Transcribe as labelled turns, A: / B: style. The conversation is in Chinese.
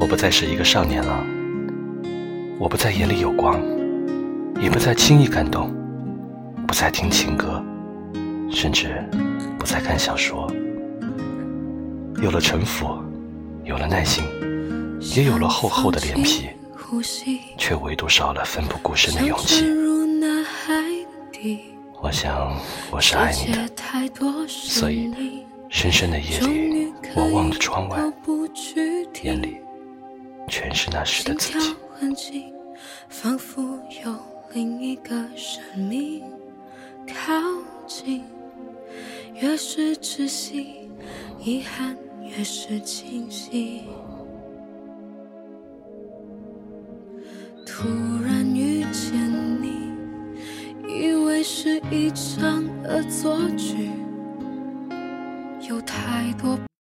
A: 我不再是一个少年了，我不再眼里有光，也不再轻易感动，不再听情歌，甚至不再看小说。有了城府，有了耐心，也有了厚厚的脸皮，却唯独少了奋不顾身的勇气。我想我是爱你的，所以深深的夜里，我望着窗外，眼里全是那时的自己。
B: 仿佛有另一个生命靠近，越是窒息，遗憾越是清晰。突然遇见你，以为是一场恶作剧，有太多